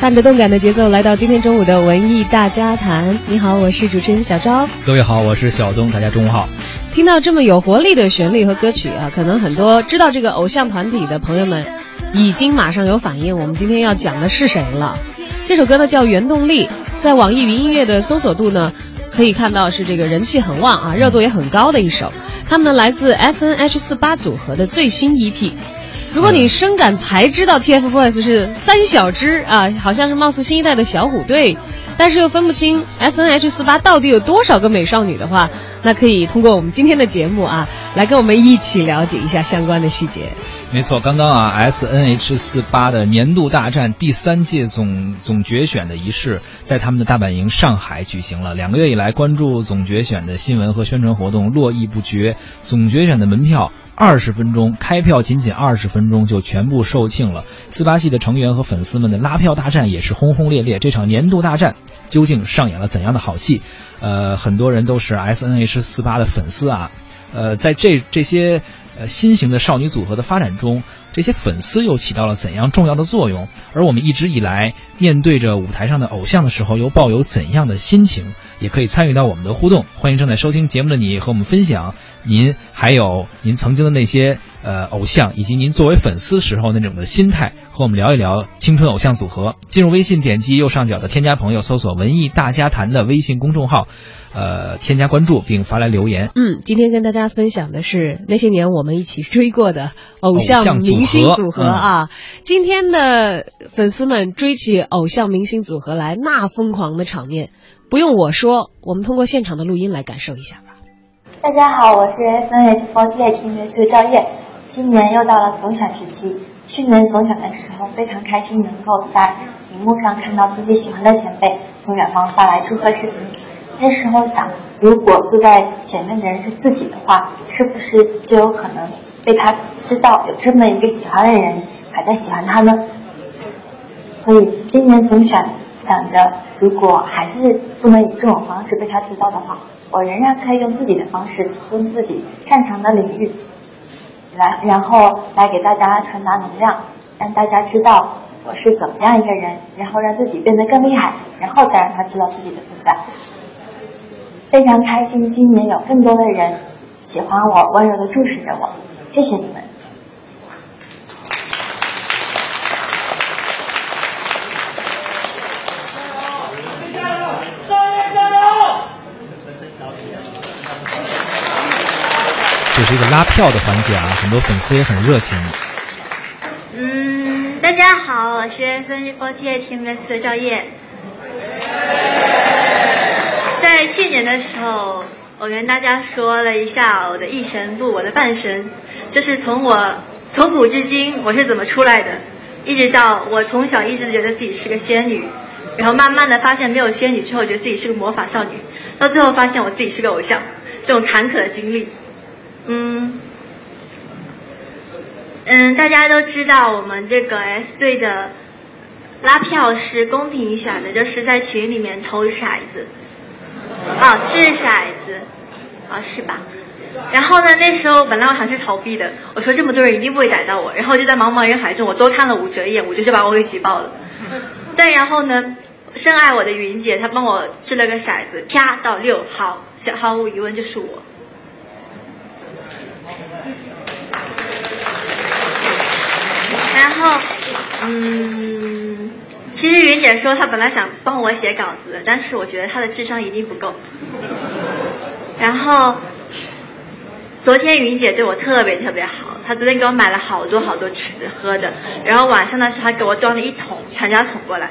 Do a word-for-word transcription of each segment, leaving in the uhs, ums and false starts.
伴着动感的节奏来到今天中午的文艺大家谈。你好，我是主持人小昭。 各位好，我是小东，大家中午好。 听到这么有活力的旋律和歌曲啊，可能很多知道这个偶像团体的朋友们已经马上有反应，我们今天要讲的是谁了。这首歌呢叫《原动力》，在网易云音乐的搜索度呢可以看到是这个人气很旺啊，热度也很高的一首。他们呢来自 S N H 四八 组合的最新 E P。如果你深感才知道 T F BOYS 是三小只啊，好像是貌似新一代的小虎队，但是又分不清 S N H 四八 到底有多少个美少女的话，那可以通过我们今天的节目啊，来跟我们一起了解一下相关的细节。 没错，刚刚啊 S N H 四八 的年度大战第三届总总决选的仪式在他们的大本营上海举行了。两个月以来，关注总决选的新闻和宣传活动络绎不绝，总决选的门票二十分钟，开票仅仅二十分钟就全部售罄了。四八系的成员和粉丝们的拉票大战也是轰轰烈烈。这场年度大战究竟上演了怎样的好戏？呃，很多人都是 S N H 四八 的粉丝啊。呃，在这这些呃新型的少女组合的发展中，这些粉丝又起到了怎样重要的作用？而我们一直以来面对着舞台上的偶像的时候，又抱有怎样的心情？也可以参与到我们的互动。欢迎正在收听节目的你和我们分享您还有您曾经的那些呃偶像，以及您作为粉丝时候那种的心态，和我们聊一聊青春偶像组合。进入微信，点击右上角的添加朋友，搜索文艺大家谈的微信公众号，呃，添加关注并发来留言。 嗯，今天跟大家分享的是那些年我们一起追过的偶像明星组合啊。嗯、今天的粉丝们追起偶像明星组合来，那疯狂的场面不用我说，我们通过现场的录音来感受一下吧。 大家好，我是 S N H 四八 team 的薛兆烨。今年又到了总选时期，去年总选的时候非常开心，能够在荧幕上看到自己喜欢的前辈从远方发来祝贺视频。那时候想，如果坐在前面的人是自己的话，是不是就有可能被他知道有这么一个喜欢的人还在喜欢他呢？所以今年总选想着，如果还是不能以这种方式被他知道的话，我仍然可以用自己的方式，用自己擅长的领域来，然后来给大家传达能量，让大家知道我是怎么样一个人，然后让自己变得更厉害，然后再让他知道自己的存在。非常开心今年有更多的人喜欢我，温柔地注视着我，谢谢你们。 这是一个拉票的环节啊，很多粉丝也很热情。 嗯，大家好，我是 S N H 四八 team 的薛兆烨。在去年的时候，我跟大家说了一下我的一神不我的半神，就是从我从古至今我是怎么出来的，一直到我从小一直觉得自己是个仙女，然后慢慢的发现没有仙女之后，觉得自己是个魔法少女，到最后发现我自己是个偶像，这种坎坷的经历。嗯嗯，大家都知道我们这个 S 队的拉票是公平选的，就是在群里面投骰子啊，掷骰子啊，是吧？然后呢，那时候本来我想是逃避的，我说这么多人一定不会逮到我，然后就在茫茫人海中，我多看了五折页，我就把我给举报了。再然后呢，深爱我的云姐她帮我掷了个骰子，啪到六，好，毫无疑问就是我。然后，嗯，其实云姐说她本来想帮我写稿子的，但是我觉得她的智商一定不够。然后，昨天云姐对我特别特别好，她昨天给我买了好多好多吃的喝的，然后晚上的时候还给我端了一桶全家桶过来。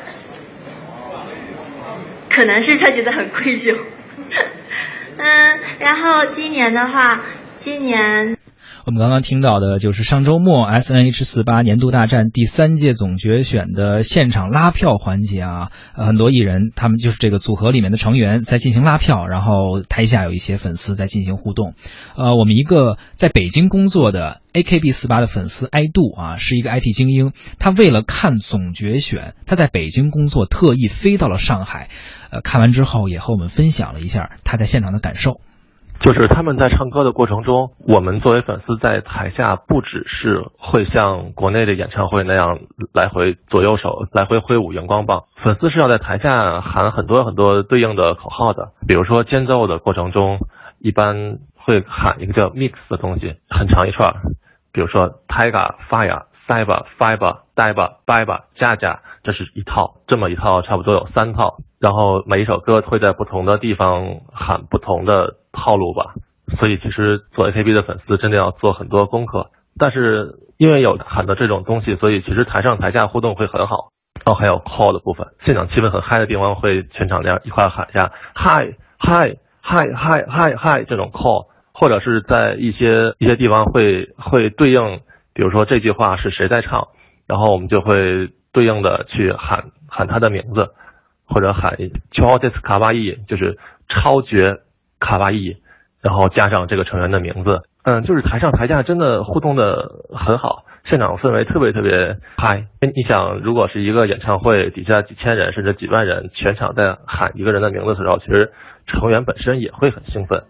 可能是她觉得很愧疚。嗯，然后今年的话，今年。 我们刚刚听到的就是上周末 S N H 四八 年度大战第三届总决选的现场拉票环节啊，呃，很多艺人他们就是这个组合里面的成员在进行拉票，然后台下有一些粉丝在进行互动。呃，我们一个在北京工作的 A K B 四八 的粉丝爱杜啊，是一个 I T 精英，他为了看总决选，他在北京工作，特意飞到了上海，呃，看完之后也和我们分享了一下他在现场的感受。 就是他们在唱歌的过程中，我们作为粉丝在台下不只是会像国内的演唱会那样来回左右手来回挥舞荧光棒，粉丝是要在台下喊很多很多对应的口号的。比如说间奏的过程中，一般会喊一个叫 mix 的东西，很长一串，比如说 Taiga Fire Saiba Fiber Daiba Baiba 加加，这是一套，这么一套差不多有三套，然后每一首歌会在不同的地方喊不同的套路吧。所以其实做 A K B 的粉丝真的要做很多功课，但是因为有喊的这种东西，所以其实台上台下互动会很好。然后还有 call 的部分，现场气氛很嗨的地方会全场这样一块喊一下 hi hi hi hi hi hi 这种 call， 或者是在一些一些地方会会对应，比如说这句话是谁在唱，然后我们就会对应的去喊喊他的名字，或者喊超絶卡哇伊，就是超绝卡哇伊，然后加上这个成员的名字。嗯，就是台上台下真的互动的很好，现场氛围特别特别嗨。你想，如果是一个演唱会底下几千人甚至几万人，全场在喊一个人的名字的时候，其实成员本身也会很兴奋。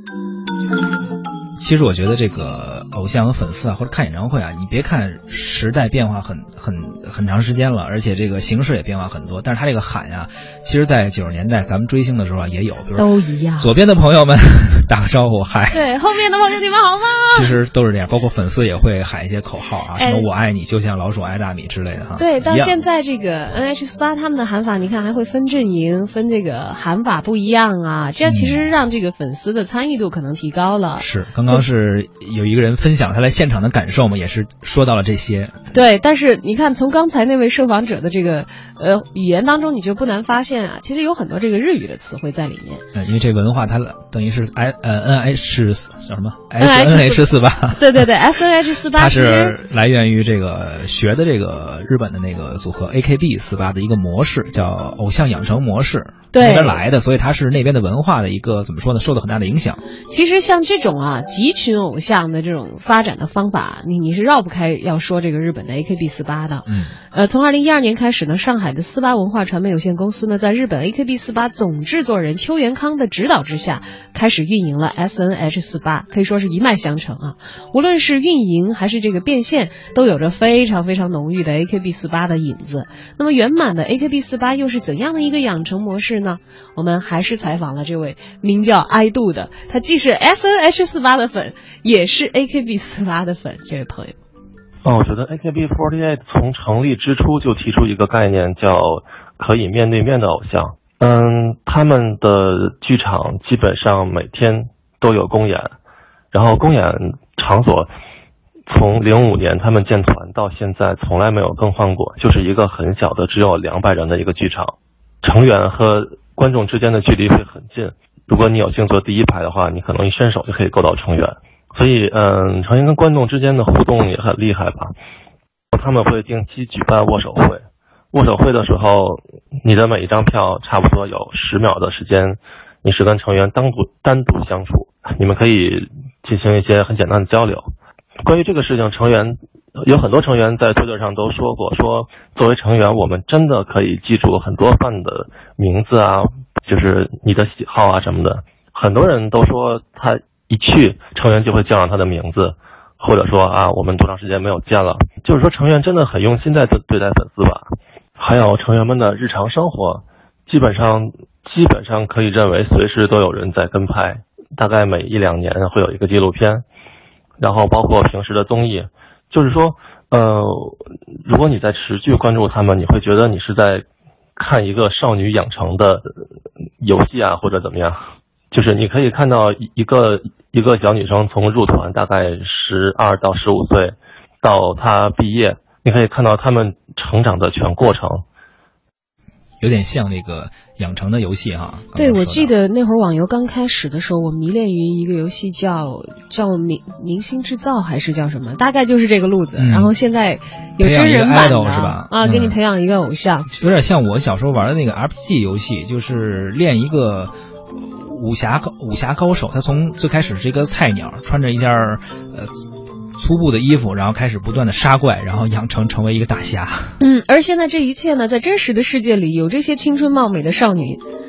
其实我觉得这个偶像和粉丝啊，或者看演唱会啊，你别看时代变化很很很长时间了，而且这个形式也变化很多，但是他这个喊呀，其实在九十年代咱们追星的时候啊也有，比如都一样。 左边的朋友们打个招呼嗨， 对，后面的朋友你们好吗？ 其实都是这样，包括粉丝也会喊一些口号啊，什么我爱你就像老鼠爱大米之类的哈。 对，到现在这个 N H 四十八 他们的喊法，你看还会分阵营，分这个喊法不一样啊，这样其实让这个粉丝的参与度可能提高了。 嗯、是，刚刚是有一个人分享他来现场的感受嘛，也是说到了这些。 对，但是你看从刚才那位受访者的这个呃语言当中，你就不难发现啊，其实有很多这个日语的词汇在里面。 嗯，因为这文化它等于是 I 呃 N H 叫什么 S N H 四十八， 对对对 S N H 四十八， 它是来源于这个学的这个日本的那个组合 A K B 四十八的一个模式，叫偶像养成模式， 对， 那边来的，所以它是那边的文化的一个怎么说呢，受到很大的影响。 其实像这种啊集群偶像的这种发展的方法，你你是绕不开要说这个日本的 A K B 四十八的。 嗯， 呃，从二零一二年开始呢，上海的四八文化传媒有限公司呢，在日本 A K B 四十八总制作人邱元康的指导之下，开始运营了 S N H 四十八，可以说是一脉相承啊。无论是运营还是这个变现，都有着非常非常浓郁的 A K B 四十八的影子。那么圆满的 A K B 四十八又是怎样的一个养成模式呢？我们还是采访了这位名叫爱杜的，他既是 S N H 四十八的粉，也是 A K B 四十八的粉，这位朋友。 哦，我觉得 A K B 四十八 从成立之初就提出一个概念，叫可以面对面的偶像。嗯，他们的剧场基本上每天都有公演，然后公演场所从零五年他们建团到现在从来没有更换过，就是一个很小的只有两百人的一个剧场，成员和观众之间的距离会很近。如果你有幸坐第一排的话，你可能一伸手就可以够到成员。所以嗯，成员跟观众之间的互动也很厉害吧。他们会定期举办握手会，握手会的时候，你的每一张票差不多有十秒的时间，你是跟成员单独单独相处，你们可以进行一些很简单的交流。关于这个事情，成员有很多成员在推特上都说过，说作为成员，我们真的可以记住很多饭的名字啊，就是你的喜好啊什么的。很多人都说他一去，成员就会叫上他的名字，或者说啊，我们多长时间没有见了。就是说，成员真的很用心在对待粉丝吧。还有成员们的日常生活，基本上基本上可以认为随时都有人在跟拍，大概每一两年会有一个纪录片，然后包括平时的综艺。就是说，呃，如果你在持续关注他们，你会觉得你是在看一个少女养成的游戏啊，或者怎么样。就是你可以看到一个一个小女生从入团大概十二到十五岁到她毕业，你可以看到他们成长的全过程， 有点像那个养成的游戏哈。 对，我记得那会儿网游刚开始的时候，我迷恋于一个游戏叫叫明明星制造还是叫什么，大概就是这个路子。嗯、然后现在有真人版的是吧？ 啊，给你培养一个偶像， 有点像我小时候玩的那个 R P G 游戏，就是练一个武侠武侠高手，他从最开始是一个菜鸟，穿着一件呃粗布的衣服，然后开始不断的杀怪，然后养成成为一个大侠。 嗯，而现在这一切呢，在真实的世界里，有这些青春貌美的少女，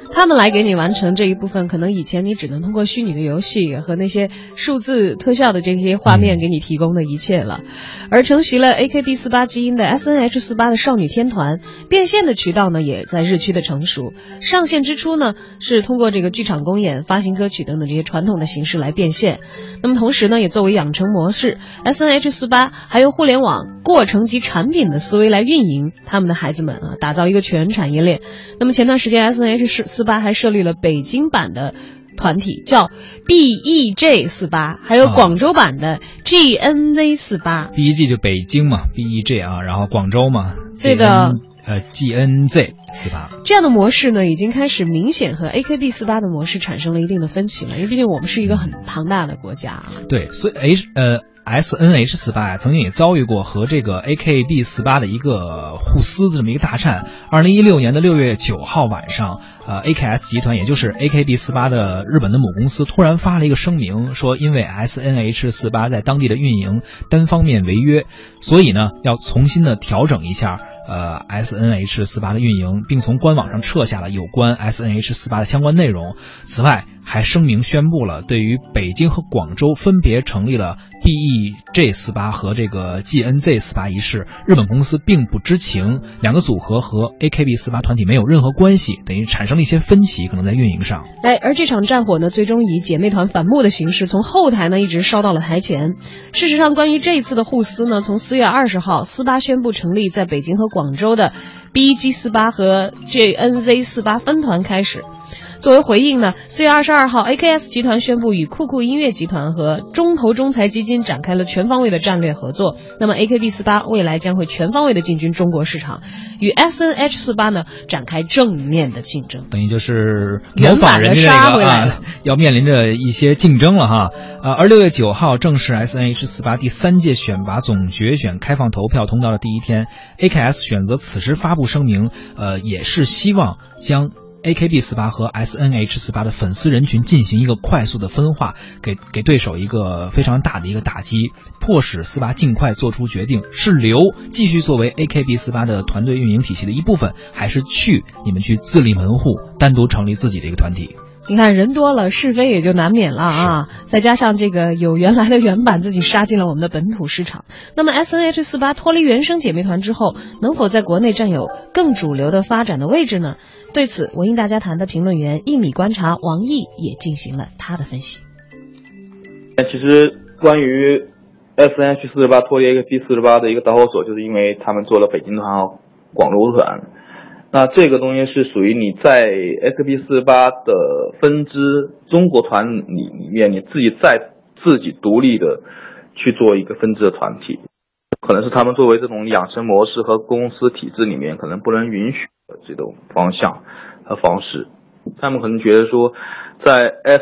他们来给你完成这一部分，可能以前你只能通过虚拟的游戏和那些数字特效的这些画面给你提供的一切了。而承袭了 A K B 四十八 基因的 S N H 四十八 的少女天团，变现的渠道呢也在日趋的成熟。上线之初呢是通过这个剧场公演、发行歌曲等等这些传统的形式来变现。那么同时呢，也作为养成模式 ，S N H 四十八 还用互联网过程及产品的思维来运营他们的孩子们啊，打造一个全产业链。那么前段时间 S N H 四十八 还设立了北京版的团体叫 B E J 四十八，还有广州版的 G N Z 四十八。 B E G 就北京嘛 ，B E J 啊，然后广州嘛， 对的， 呃 G N Z 四十八。 这样的模式呢，已经开始明显和 A K B 四十八 的模式产生了一定的分歧了，因为毕竟我们是一个很庞大的国家啊。 对，所以 H 呃。S N H 四十八 曾经也遭遇过和这个 A K B 四十八 的一个互撕的这么一个大战。二零一六年的六月九号晚上，呃 A K S 集团也就是 A K B 四十八 的日本的母公司突然发了一个声明，说因为 S N H 四十八 在当地的运营单方面违约，所以呢要重新的调整一下呃 S N H 四十八 的运营，并从官网上撤下了有关 S N H 四十八 的相关内容。此外还声明宣布了对于北京和广州分别成立了 B E J 四十八 和这个 G N Z 四十八 一事，日本公司并不知情，两个组合和 A K B 四十八 团体没有任何关系，等于产生了一些分歧，可能在运营上。 哎，而这场战火呢，最终以姐妹团反目的形式，从后台呢一直烧到了台前。事实上，关于这一次的互撕呢，从四月二十号，四十八宣布成立在北京和广州的 B E G 四十八 和 G N Z 四十八 分团开始。作为回应呢，四月二十二号 A K S 集团宣布与酷酷音乐集团和中投中财基金展开了全方位的战略合作。那么 A K B 四十八 未来将会全方位的进军中国市场，与 S N H 四十八 呢展开正面的竞争， 等于就是模仿人家那个啊，要面临着一些竞争了哈。呃，而六月九号正是 S N H 四十八 第三届选拔总决选开放投票通道的第一天 ，A K S 选择此时发布声明，呃，也是希望将A K B 四十八 和 S N H 四十八 的粉丝人群进行一个快速的分化，给给对手一个非常大的一个打击，迫使四十八尽快做出决定，是留继续作为 A K B 四十八 的团队运营体系的一部分，还是去你们去自立门户，单独成立自己的一个团体。 你看人多了，是非也就难免了啊！再加上这个有原来的原版自己杀进了我们的本土市场，那么 S N H 四十八 脱离原生姐妹团之后，能否在国内占有更主流的发展的位置呢？对此，文艺大家谈的评论员一米观察王毅也进行了他的分析。 其实关于 S N H 四十八 脱离 A K B 四十八 的一个导火索，就是因为他们做了北京团和广州团。那这个东西是属于你在 A K B 四十八 的分支中国团里里面，你自己再自己独立的去做一个分支的团体，可能是他们作为这种养成模式和公司体制里面可能不能允许的这种方向和方式。他们可能觉得说，在 S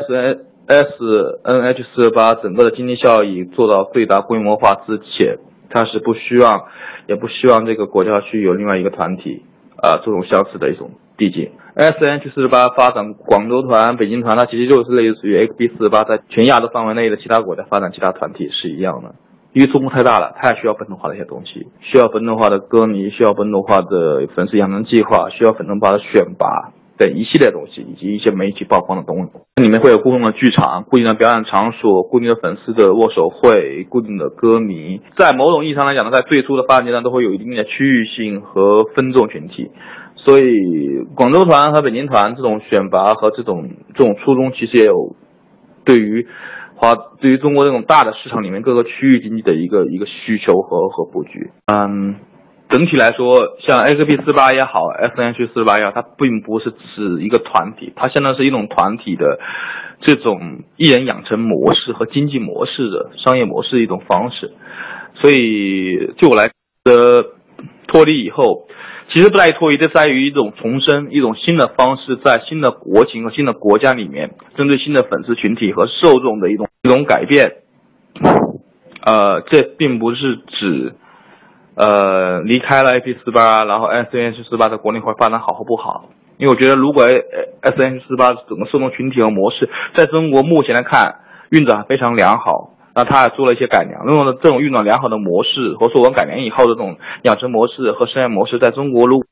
N H 四十八 整个的经济效益做到最大规模化之前，他是不希望也不希望这个国家去有另外一个团体啊、呃，这种相似的一种递进。S N H 四十八 发展广州团、北京团，它其实就是类似于 A K B 四十八 在全亚洲范围内的其他国家发展其他团体是一样的。因为中国太大了，它也需要本土化的一些东西，需要本土化的歌迷，需要本土化的粉丝养成计划，需要本土化的选拔等一系列东西，以及一些媒体曝光的东西。里面会有固定的剧场、固定的表演场所、固定的粉丝的握手会、固定的歌迷。在某种意义上来讲呢，在最初的发展阶段都会有一定的区域性和分众群体。所以广州团和北京团这种选拔和这种这种初衷，其实也有对于华对于中国这种大的市场里面各个区域经济的一个一个需求和和布局。嗯，整体来说，像 A K B 四十八 也好 ，S N H 四十八 也好，它并不是指一个团体，它相当是一种团体的这种艺人养成模式和经济模式的商业模式的一种方式。所以就我来的脱离以后，其实不在于脱离，这在于一种重生，一种新的方式，在新的国情和新的国家里面，针对新的粉丝群体和受众的一种一种改变。呃，这并不是指呃离开了 A K B 四十八，然后 S N H 四十八 在国内会发展好或不好。因为我觉得如果 S N H 四十八 整个受众群体和模式在中国目前来看运转非常良好，那他还做了一些改良，那么这种运转良好的模式和做完改良以后的这种养成模式和商业模式，在中国如果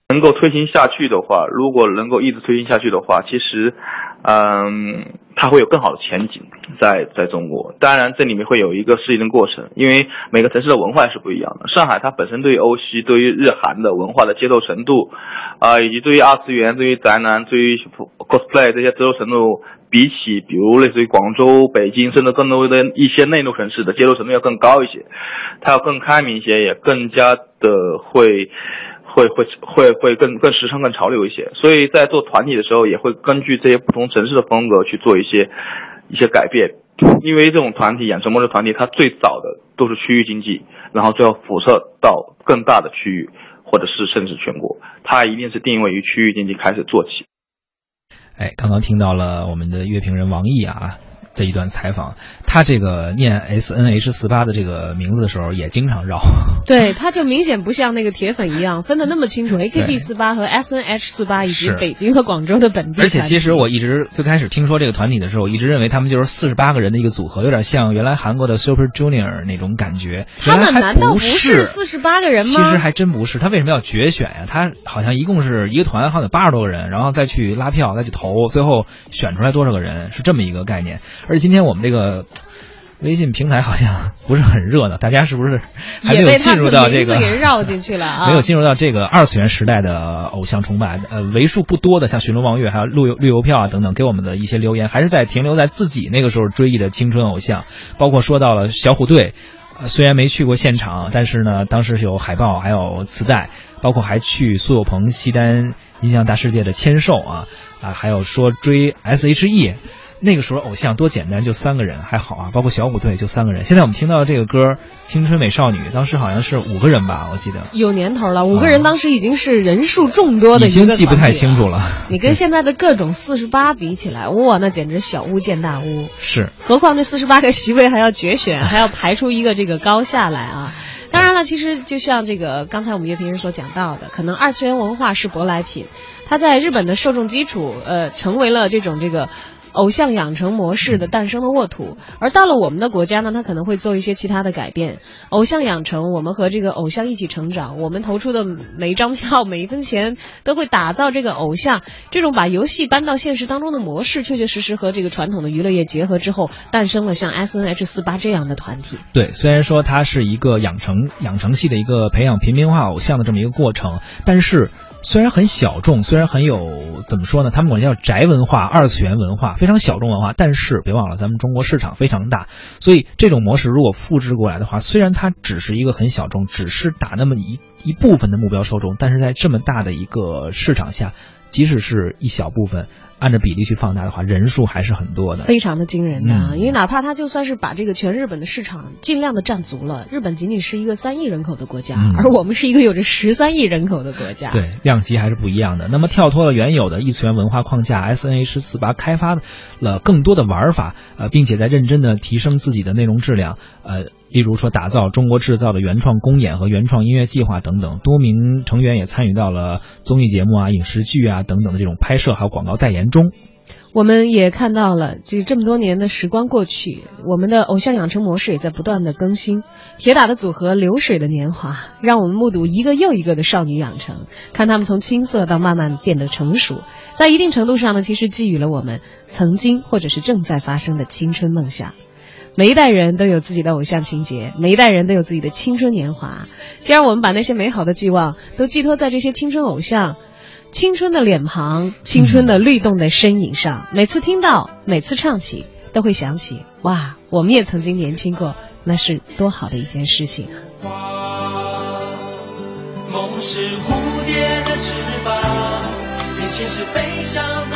能够推行下去的话，如果能够一直推行下去的话，其实，嗯，它会有更好的前景在在中国。当然，这里面会有一个适应的过程，因为每个城市的文化是不一样的。上海它本身对于欧西、对于日韩的文化的接受程度，啊、呃，以及对于二次元、对于宅男、对于 cosplay 这些接受程度，比起比如类似于广州、北京，甚至更多的一些内陆城市的接受程度要更高一些，它要更开明一些，也更加的会。会会会会更更时尚、更潮流一些，所以在做团体的时候，也会根据这些不同城市的风格去做一些一些改变。因为这种团体养成模式团体，它最早的都是区域经济，然后最后辐射到更大的区域，或者是甚至全国，它一定是定位于区域经济开始做起。 哎，刚刚听到了我们的乐评人王毅啊的一段采访，他这个念 S N H 四十八 的这个名字的时候也经常绕， 对，他就明显不像那个铁粉一样分得那么清楚 A K B 四十八 和 S N H 四十八 以及北京和广州的本地。 而且其实我一直最开始听说这个团体的时候，我一直认为他们就是四十八个人的一个组合，有点像原来韩国的 Super Junior 那种感觉。 他们难道不是四十八个人吗？ 其实还真不是，他为什么要决选呀？他好像一共是一个团好像有八十多个人，然后再去拉票再去投，最后选出来多少个人，是这么一个概念。而且今天我们这个微信平台好像不是很热闹，大家是不是还没有进入到这个也被他的名字给绕进去了啊？ 没有进入到这个二次元时代的偶像崇拜，呃，为数不多的像寻龙望月还有绿绿邮票啊等等给我们的一些留言，还是在停留在自己那个时候追忆的青春偶像，包括说到了小虎队。呃，虽然没去过现场，但是呢，当时有海报，还有磁带，包括还去苏有朋、西单音像大世界的签售啊啊，还有说追 S H E。那个时候偶像多简单，就三个人还好啊，包括小虎队就三个人。现在我们听到这个歌《青春美少女》，当时好像是五个人吧，我记得有年头了，五个人当时已经是人数众多的一个、 啊、已经记不太清楚了。 你跟现在的各种四十八比起来，哇，那简直小巫见大巫。 是， 何况这四十八个席位还要决选，还要排出一个这个高下来啊。当然了，其实就像这个刚才我们乐评人所讲到的，可能二次元文化是舶来品，它在日本的受众基础，呃，成为了这种这个。偶像养成模式的诞生的沃土，而到了我们的国家呢，它可能会做一些其他的改变。偶像养成，我们和这个偶像一起成长，我们投出的每一张票、每一分钱都会打造这个偶像。这种把游戏搬到现实当中的模式，确确实实和这个传统的娱乐业结合之后，诞生了像 S N H 四十八 这样的团体。 对，虽然说它是一个养成养成系的一个培养平民化偶像的这么一个过程，但是。虽然很小众，虽然很有怎么说呢，他们管叫宅文化、二次元文化，非常小众文化，但是别忘了咱们中国市场非常大，所以这种模式如果复制过来的话，虽然它只是一个很小众，只是打那么一一部分的目标受众，但是在这么大的一个市场下，即使是一小部分按照比例去放大的话，人数还是很多的， 非常的惊人的、啊嗯、 因为哪怕他就算是把这个全日本的市场尽量的占足了，日本仅仅是一个三亿人口的国家、嗯、而我们是一个有着十三亿人口的国家， 对，量级还是不一样的。那么跳脱了原有的异次元文化框架， S N H 四十八 开发了更多的玩法，呃，并且在认真的提升自己的内容质量，呃例如说打造中国制造的原创公演和原创音乐计划等等，多名成员也参与到了综艺节目啊、影视剧啊等等的这种拍摄还有广告代言中。 我们也看到了这这么多年的时光过去，我们的偶像养成模式也在不断的更新。铁打的组合流水的年华，让我们目睹一个又一个的少女养成，看他们从青涩到慢慢变得成熟，在一定程度上呢，其实寄予了我们曾经或者是正在发生的青春梦想。每一代人都有自己的偶像情节，每一代人都有自己的青春年华。既然我们把那些美好的寄望都寄托在这些青春偶像青春的脸庞、青春的律动的身影上，每次听到，每次唱起，都会想起，哇，我们也曾经年轻过，那是多好的一件事情啊！ 梦是蝴蝶的翅膀，年轻是飞翔的